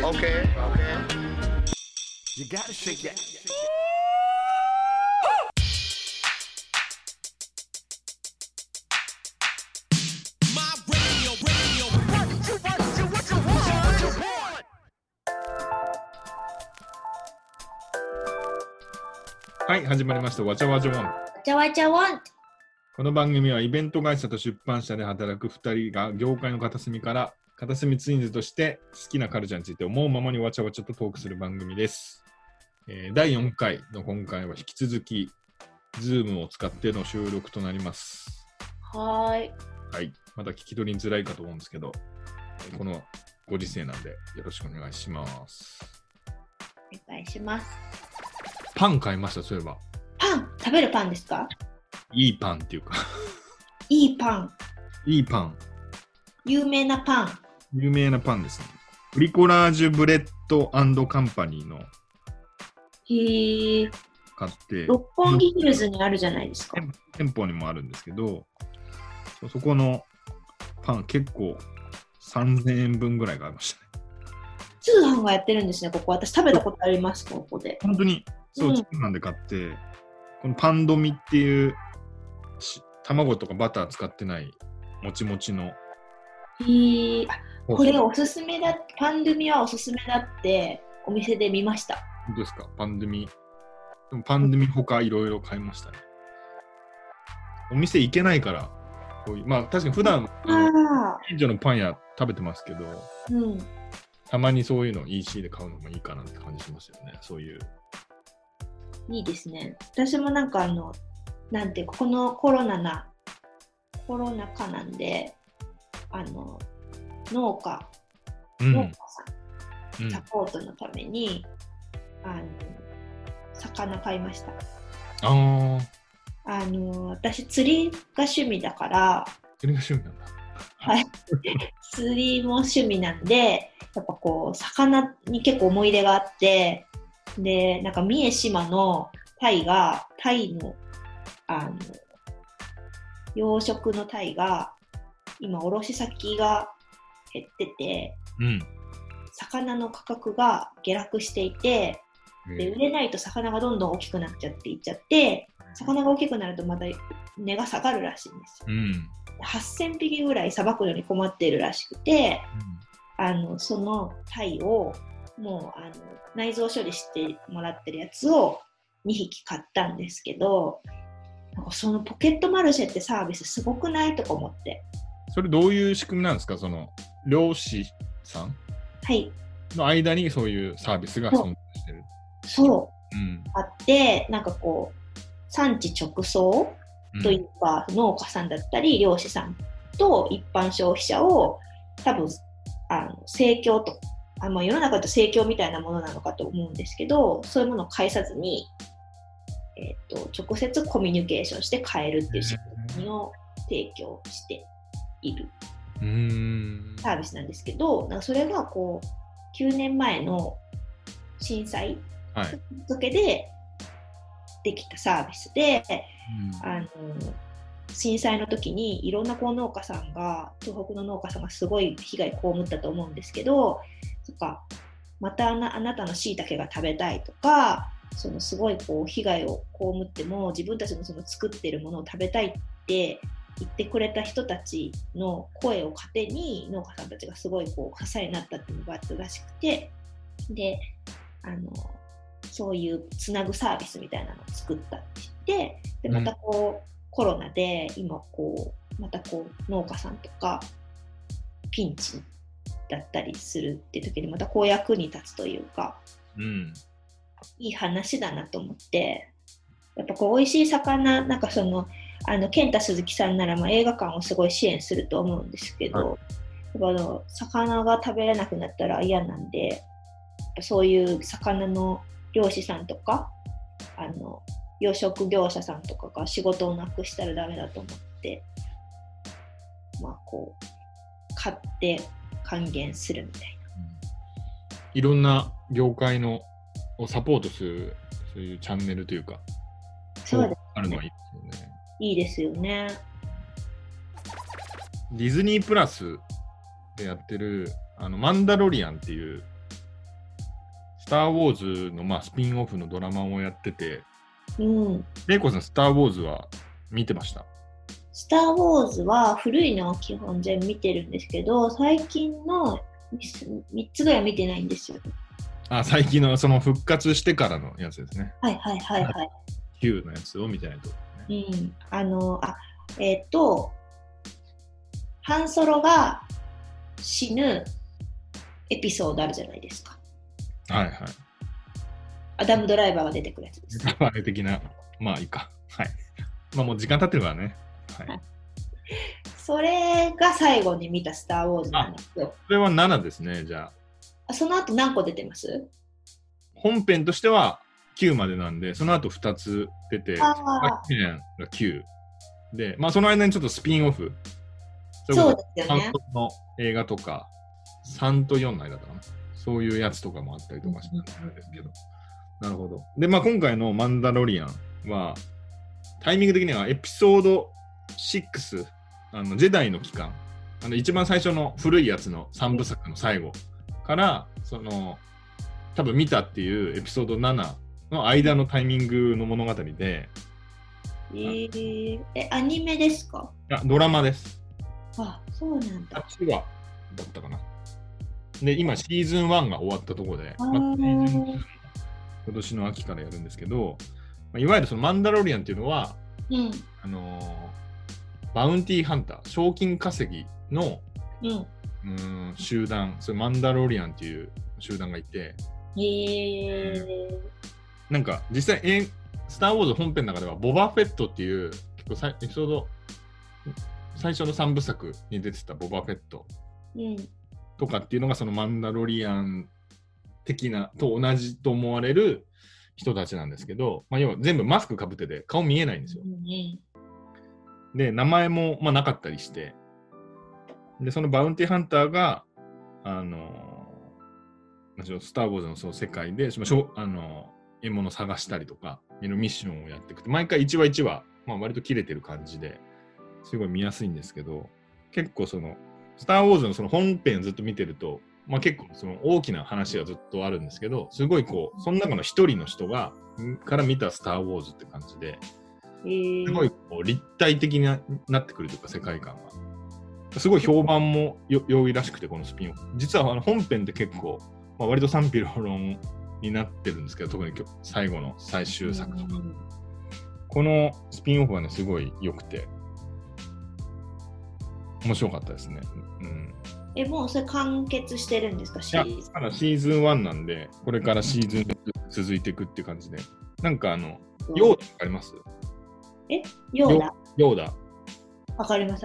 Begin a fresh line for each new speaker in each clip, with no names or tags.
Okay, okay. You gotta shake that.
My radio. What you want?
はい、始まりました。わちゃわちゃワン。
わちゃわちゃワン。
この番組はイベント会社と出版社で働く2人が業界の片隅から片隅ツインズとして好きなカルチャーについて思うままにわちゃわちゃとトークする番組です。第4回の今回は引き続き Zoom を使っての収録となります。
はーい。
はい、まだ聞き取りづらいかと思うんですけど、このご時世なんでよろしくお願いします。
お願いします。
パン買いました。そういえば
パン、食べるパンですか？
いいパンっていうか
いいパン。
いいパン、
有名なパン。
有名なパンですね。ブリコラージュブレッド&カンパニーの
へえ。
買って、
六本木ヒルズにあるじゃないですか。
店舗にもあるんですけど、そこのパン結構3000円分ぐらいがありましたね。
通販がやってるんですね、ここ。私食べたことあります、ここで。
本当にそう、通販で買って、このパンドミっていう卵とかバター使ってないもちもちの。
へえ。これおすすめだ。パンドミはおすすめだってお店で見ました。
本当ですか？パンドミ。でもパンドミ他いろいろ買いましたね。お店行けないから、こういうまあ確かに普段近所のパン屋食べてますけど、
うん、
たまにそういうのを EC で買うのもいいかなって感じしますよね。そういう。
いいですね。私もなんかなんていうか、このコロナ禍なんで、農家さん、サポートのために、魚買いました。私釣りが趣味だから。
釣りが趣味なんだ。
はい。釣りも趣味なんで、やっぱこう魚に結構思い入れがあって、でなんか三重島のタイの養殖のタイが今卸先が減ってて、魚の価格が下落していて、で売れないと魚がどんどん大きくなっちゃっていっちゃって、魚が大きくなるとまた値が下がるらしいんですよ。8000匹ぐらいさばくのに困っているらしくて、そのタイをもう内臓処理してもらってるやつを2匹買ったんですけど、なんかそのポケットマルシェってサービスすごくないとか思って。
それどういう仕組みなんですか？その漁師さんの間にそういうサービスが存在してる。
そう、あって、なんかこう産地直送というか、農家さんだったり漁師さんと一般消費者を多分生協と世の中と生協みたいなものなのかと思うんですけど、そういうものを介さずに、直接コミュニケーションして買えるっていう仕組みを提供しているサービスなんですけど、なんかそれがこう9年前の震災きっかけでできたサービスで、震災の時にいろんな農家さんが、東北の農家さんがすごい被害被ったと思うんですけど、またあなたの椎茸が食べたいとか、すごい被害を被っても自分たちの作っているものを食べたいって言ってくれた人たちの声を糧に、農家さんたちがすごい支えになったっていうのがあったらしくて、でそういうつなぐサービスみたいなのを作ったって言って、でまたコロナで今また農家さんとかピンチだったりするって時にまた役に立つというか、いい話だなと思って。やっぱ美味しい魚、なんか健太鈴木さんなら映画館をすごい支援すると思うんですけど、やっぱ魚が食べれなくなったら嫌なんで、やっぱそういう魚の漁師さんとか養殖業者さんとかが仕事をなくしたらダメだと思って、買って還元するみたいな、
いろんな業界のをサポートするそういうチャンネルというか、
そうですね、
あるのはいいですよね。
いいですよね。
ディズニープラスでやってるマンダロリアンっていうター・ウォーズの、まあ、スピンオフのドラマをやってて、
うん。
レイコさん、スター・ウォーズは見てました？
スター・ウォーズは古いのを基本全部見てるんですけど、最近の3つぐらい見てないんですよ。
最近のその復活してからのやつですね。
はいはいはいはい。
Q のやつを見てないと、ね。
うん。ハンソロが死ぬエピソードあるじゃないですか。
はいはい。
アダム・ドライバーが出てくるやつです。
あれ的な、まあいいか。はい。まあもう時間経ってるからね。はい。
それが最後に見たスター・ウォーズなんですよ。
それは7ですね、じゃあ。
その後何個出てます？
本編としては9までなんで、その後2つ出て、9年が9。で、まあその間にちょっとスピンオフ。
そうですよね。
3の映画とか、3と4の間だったかな。そういうやつとかもあったりとかしたんですけど。なるほど。で、まあ今回のマンダロリアンは、タイミング的にはエピソード6、ジェダイの期間、一番最初の古いやつの3部作の最後から、多分見たっていうエピソード7の間のタイミングの物語で。
アニメですか？
いや、ドラマです。
あ、そうなんだ。
8話だったかな。で、今シーズン1が終わったところで、今年の秋からやるんですけど、いわゆるそのマンダロリアンっていうのは、バウンティーハンター、賞金稼ぎの、集団、それマンダロリアンっていう集団がいて、なんか実際スター・ウォーズ本編の中ではボバフェットっていう結構エピソード最初の3部作に出てたボバフェットとかっていうのがそのマンダロリアン的なと同じと思われる人たちなんですけど、まあ、要は全部マスクかぶってて顔見えないんですよ。で、名前もまあなかったりして、で、そのバウンティーハンターが、スター・ウォーズのその世界で、獲物を探したりとか、ミッションをやっていくと、毎回1話1話、まあ、割と切れてる感じですごい見やすいんですけど、結構その、スター・ウォーズのその本編をずっと見てると、まあ、結構その大きな話がずっとあるんですけど、すごいこう、その中の一人の人から見たスター・ウォーズって感じで、すごいこう立体的になってくるというか、世界観が。すごい評判も良いらしくて、このスピンオフ。実は本編って結構、まあ、割と賛否両論になってるんですけど、特に最後の最終作とか。このスピンオフはね、すごい良くて、面白かったですね。
もうそれ完結してるんですか？
まだシーズン1なんで、これからシーズン続いていくって感じで。なんかヨーダわかります？
ヨーダ。わかります。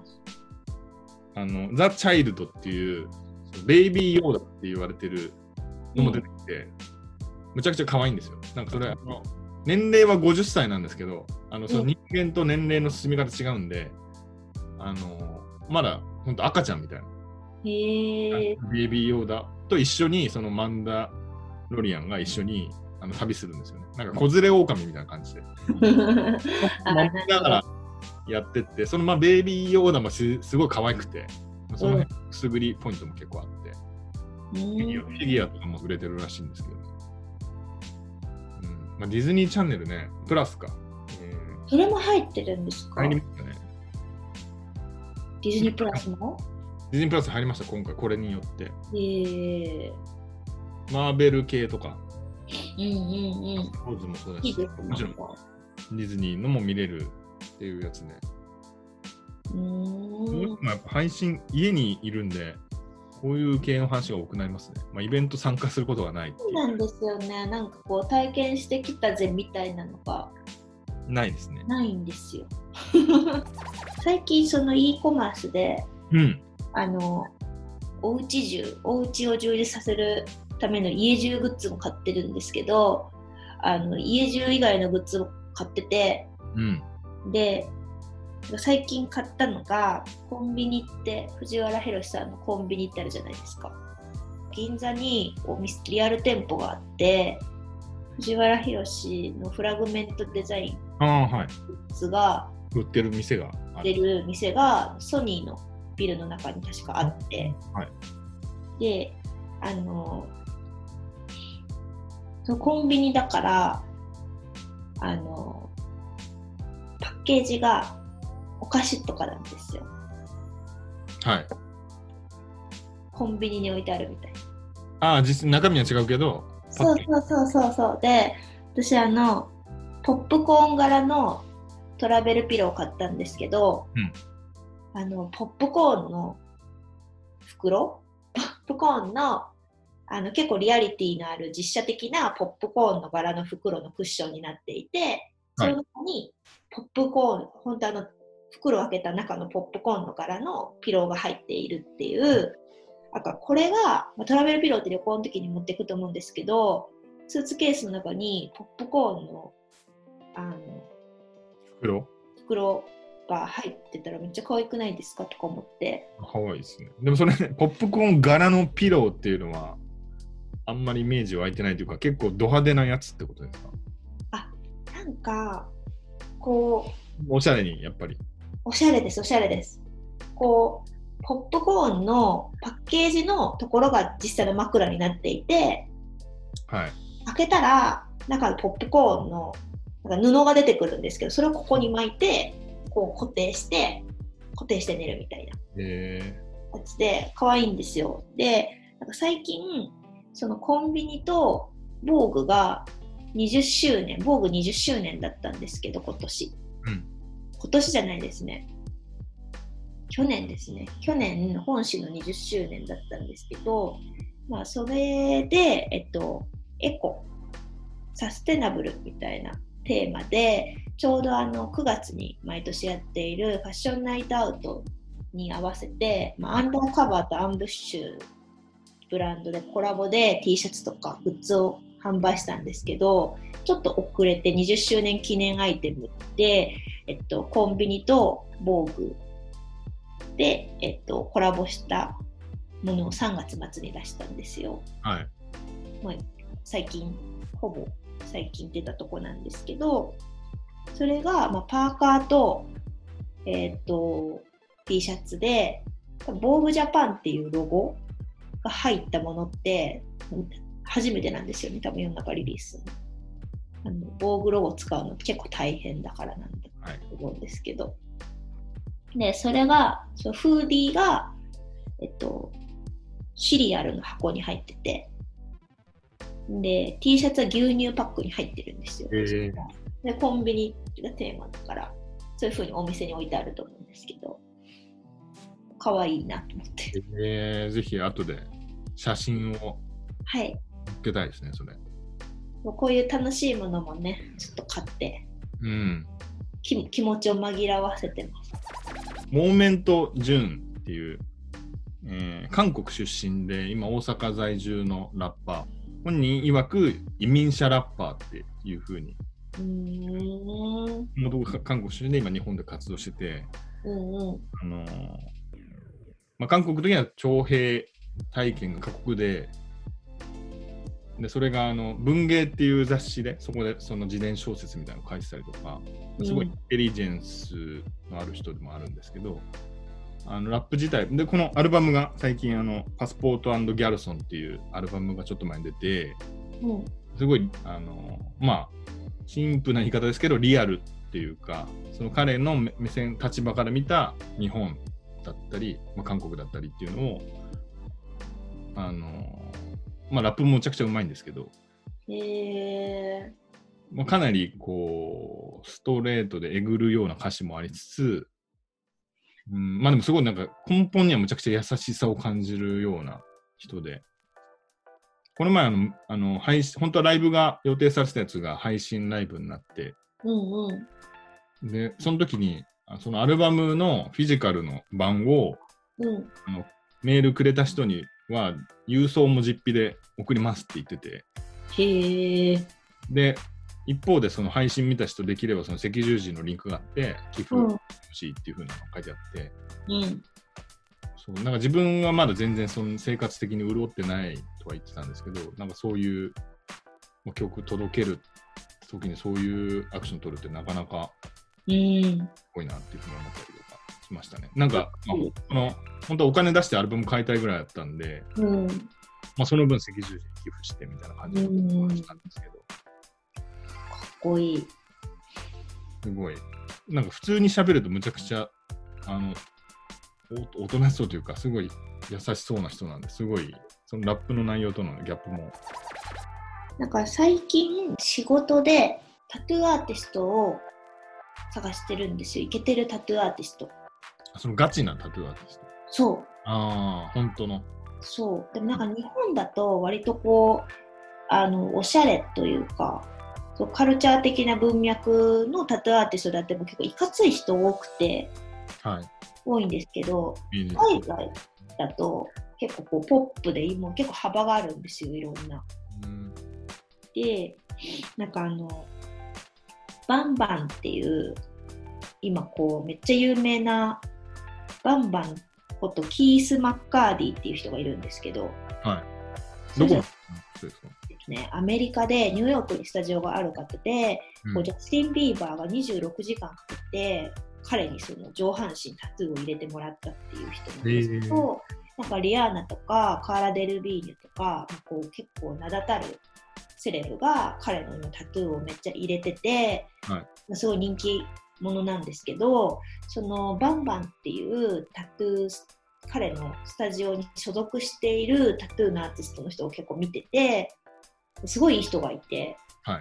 ザ・チャイルドっていう、ベイビーヨーダって言われてるのも出てきて、むちゃくちゃ可愛いんですよ。なんかそれ、年齢は50歳なんですけど、その人間と年齢の進み方違うんで、まだ本当赤ちゃんみたいな。ベイビーヨーダと一緒に、そのマンダロリアンが一緒に旅するんですよね。なんか子連れ狼みたいな感じで。だからやってって、そのベイビーヨーダもすごい可愛くて、その辺くすぐりポイントも結構あって、フィギュアとかも売れてるらしいんですけど、ディズニーチャンネルね、プラスか。
それも入ってるんですか？
入りましたね。
ディズニープラスも？
ディズニープラス入りました、今回、これによって。マーベル系とか、ポーズもそうだし、もちろんディズニーのも見れるっていうやつで。やっぱ配信、家にいるんで、こういう系の話が多くなりますね。イベント参加することがない。
そうなんですよね。なんかこう体験してきたぜみたいなのが
ないですね。
ないんですよ。最近その e コマースで、おうちを充実させるための家中グッズも買ってるんですけど、家中以外のグッズを買ってて、で最近買ったのがコンビニって藤原宏さんのコンビニってあるじゃないですか。銀座にリアル店舗があって、藤原宏のフラグメントデザイングッズが
売ってる店が
ソニーのビルの中に確かあって、でそのコンビニだからパッケージがお菓子とかなんですよ。
はい。
コンビニに置いてあるみたいな。
ああ、実中身は違うけど。
そうで、私ポップコーン柄のトラベルピローを買ったんですけど、ポップコーンの袋、ポップコーンの結構リアリティのある実写的なポップコーンの柄の袋のクッションになっていて、その中にポップコーン、本当袋を開けた中のポップコーンの柄のピローが入っているっていう、これがトラベルピローって旅行の時に持っていくと思うんですけど、スーツケースの中にポップコーンの袋が入ってたらめっちゃ可愛くないですかとか思って。
可愛いですね。でもそれね、ポップコーン柄のピローっていうのはあんまりイメージ湧いてないというか、結構ド派手なやつってことですか？
なんかこう
おしゃれにやっぱり。
おしゃれです。こうポップコーンのパッケージのところが実際の枕になっていて、
はい。
開けたら中のポップコーンのなんか布が出てくるんですけど、それをここに巻いてこう固定して寝るみたいなやつで可愛いんですよ。で、なんか最近そのコンビニと防具が20周年、防具20周年だったんですけど、今年じゃないですね。去年ですね。去年本誌の20周年だったんですけど、それでエコ、サステナブルみたいなテーマで、ちょうど9月に毎年やっているファッションナイトアウトに合わせて、アンダーカバーとアンブッシュブランドでコラボで T シャツとかグッズを販売したんですけど、ちょっと遅れて20周年記念アイテムで、コンビニと防具で、コラボしたものを3月末に出したんですよ。
はい。
ほぼ最近出たとこなんですけど、それが、パーカーと、T シャツで、ボーグジャパンっていうロゴが入ったものって初めてなんですよね、多分世の中リリース。ボーグロゴ使うの結構大変だからなんだと思うんですけど、でそれがフーディーが、シリアルの箱に入ってて、で T シャツは牛乳パックに入ってるんですよ。でコンビニがテーマだからそういう風にお店に置いてあると思うんですけど、可愛いなと思って、
ぜひ後で写真を
載
っけたいですね。それ
こういう楽しいものもね、ちょっと買って、気持ちを紛らわせてます。
モーメント・ジュンっていう、韓国出身で今大阪在住のラッパー、本人曰く移民者ラッパーっていう風に、元々韓国出身で今日本で活動してて、韓国的には徴兵体験が過酷で、それが文芸っていう雑誌でそこでその自伝小説みたいなのを書いてたりとか、すごいインテリジェンスのある人でもあるんですけど、ラップ自体でこのアルバムが最近パスポート&ギャルソンっていうアルバムがちょっと前に出て、すごいシンプルな言い方ですけどリアルっていうか、その彼の目線立場から見た日本だったり、韓国だったりっていうのをラップもめちゃくちゃうまいんですけど、かなりこうストレートでえぐるような歌詞もありつつ、でもすごいなんか根本にはむちゃくちゃ優しさを感じるような人で、この前本当はライブが予定されてたやつが配信ライブになって、でその時にそのアルバムのフィジカルの版を、メールくれた人には郵送も実費で送りますって言ってて、で一方でその配信見た人できればその赤十字のリンクがあって寄付欲しいっていう風なのが書いてあって、そうなんか自分はまだ全然その生活的に潤ってないとは言ってたんですけど、なんかそういう曲届ける時にそういうアクション取るってなかなかすごいなっていう風に思ったりとかしましたね。なんか、本当はお金出してアルバム買いたいぐらいだったんで、 まあ、その分赤十字に寄付してみたいな感じのことをしたんですけど、
かっこいい。
すごい。なんか普通に喋るとむちゃくちゃ、おとなしそうというか、すごい優しそうな人なんで、すごい、そのラップの内容とのギャップも。
なんか最近仕事でタトゥーアーティストを探してるんですよ。イケてるタトゥーアーティスト。
そのガチなタトゥーアーティスト。
そう。
ああ、本当の。
そう。でもなんか日本だと割とこう、おしゃれというか、そうカルチャー的な文脈のタトゥーアーティストだっても結構いかつい人多くて、
はい。
多いんですけど、
いいです
海外だと結構こうポップでもう結構幅があるんですよ、いろんな。で、なんかバンバンっていう今こうめっちゃ有名なバンバンことキース・マッカーディっていう人がいるんですけど、
はい。どこの人ですか？
ね、アメリカでニューヨークにスタジオがある方で、こうジャスティン・ビーバーが26時間かけて彼にその上半身タトゥーを入れてもらったっていう人なんですけど、なんかリアーナとかカーラ・デルビーニュとかこう結構名だたるセレブが彼のタトゥーをめっちゃ入れてて、
はい、
すごい人気者なんですけど、そのバンバンっていうタトゥー彼のスタジオに所属しているタトゥーのアーティストの人を結構見てて、すごいいい人がいて、
はい、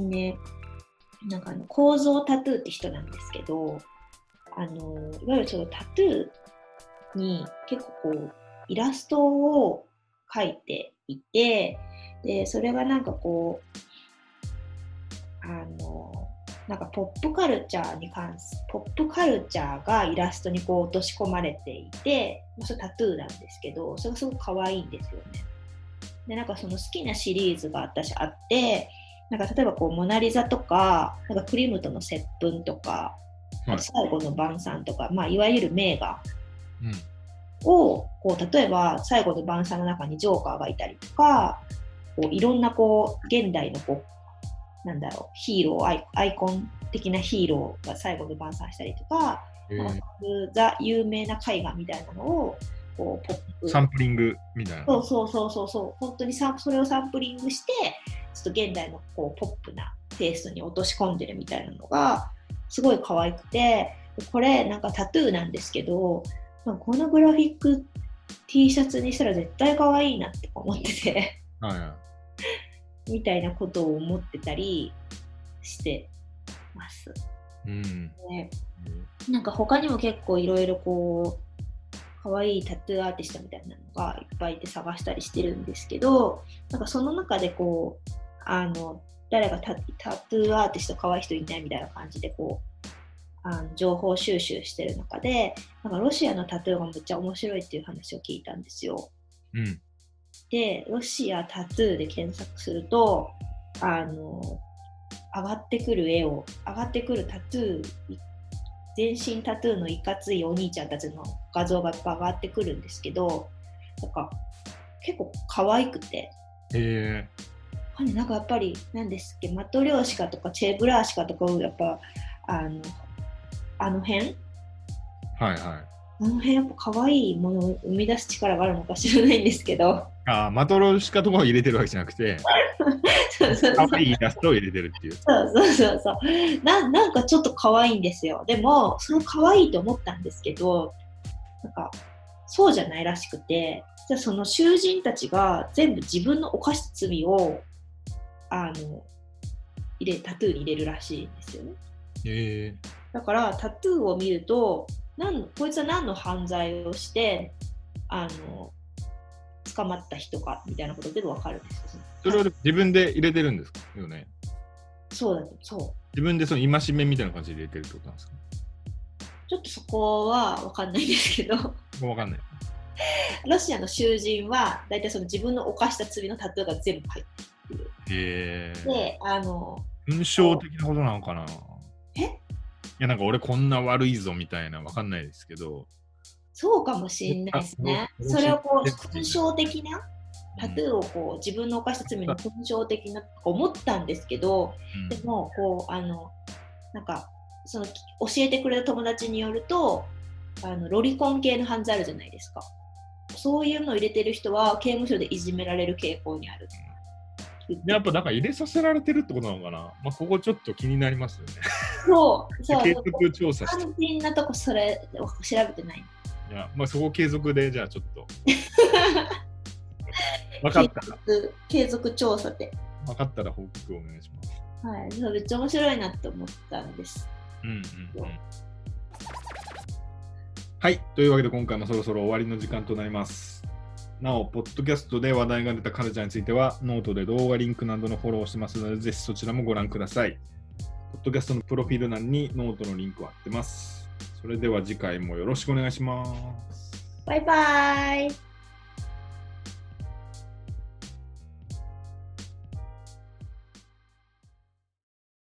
でなんか構造タトゥーって人なんですけど、いわゆるそのタトゥーに結構こうイラストを描いていて、でそれがなんかこうなんかポップカルチャーがイラストにこう落とし込まれていて、それタトゥーなんですけど、それがすごく可愛いんですよね。でなんかその好きなシリーズが私あって、なんか例えばこうモナリザとか、なんかクリムトの接吻とか、はい、最後の晩餐とか、まあ、いわゆる名画をこう例えば最後の晩餐の中にジョーカーがいたりとか、こういろんなこう現代のこうなんだろうヒーローアイコン的なヒーローが最後の晩餐したりとか、ザ有名な絵画みたいなのをこうポップ
サンプリングみたいな。
そう本当にそれをサンプリングしてちょっと現代のこうポップなテイストに落とし込んでるみたいなのがすごい可愛くて、これなんかタトゥーなんですけど、このグラフィック T シャツにしたら絶対可愛いなって思ってて
はいはい、
みたいなことを思ってたりしてます。ね、なんか他にも結構いろいろこう可愛いタトゥーアーティストみたいなのがいっぱいいて探したりしてるんですけど、なんかその中でこう誰がタトゥーアーティスト可愛い人いないみたいな感じでこう情報収集してる中で、なんかロシアのタトゥーがめっちゃ面白いっていう話を聞いたんですよ。でロシアタトゥーで検索すると上がってくるタトゥー、全身タトゥーのいかついお兄ちゃんたちの画像がいっぱい上がってくるんですけど、なんか結構可愛くて、なんかやっぱり何ですっけ、マトリョーシカとかチェブラーシカとかやっぱあの辺、はいはい、あの辺やっぱ可愛いものを生み出す力があるのか知らないんですけど、
マトロシカとかを入れてるわけじゃなくて可愛いイラストを入れてるっていう。
そうなんかちょっと可愛いんですよ。でもその可愛いと思ったんですけど、なんかそうじゃないらしくて、じゃあその囚人たちが全部自分の犯した罪をタトゥーに入れるらしいんですよね。だからタトゥーを見るとこいつは何の犯罪をして捕まった人かみたいなこと全部わかるんですよ。
それは自分で入れてるんですかよね。
そう
自分でその戒めみたいな感じで入れてるってことなんですか？
ちょっとそこは分かんないんですけど
分かんない。
ロシアの囚人はだいたいその自分の犯した罪のタトゥーが全部入ってる。で
勲章的なことなのかな。いやなんか俺こんな悪いぞみたいな分かんないですけど、
そうかもしれないですね。それをこう勲章的なタトゥーをこう自分の犯した罪の勲章的なと思ったんですけど、でもこうなんかその教えてくれた友達によるとロリコン系の犯罪あるじゃないですか。 そういうのを入れてる人は刑務所でいじめられる傾向にある。
やっぱなんか入れさせられてるってことなのかな。まあ、ここちょっと気になりますよね。
そう
継続調査して。
肝心なとこそれを調べてない。
いや、まあ、そこ継続で、じゃあちょっと。分かったら。
継続調査で。
分かったら報告お願いします。
はい、めっちゃ面白いなって思ったんです。
はい、というわけで今回もそろそろ終わりの時間となります。なお、ポッドキャストで話題が出たカルチャーについては、ノートで動画リンクなどのフォローをしてますので、ぜひそちらもご覧ください。ポッドキャストのプロフィール欄にノートのリンクを貼ってます。それでは次回もよろしくお願いします。
バイバイ。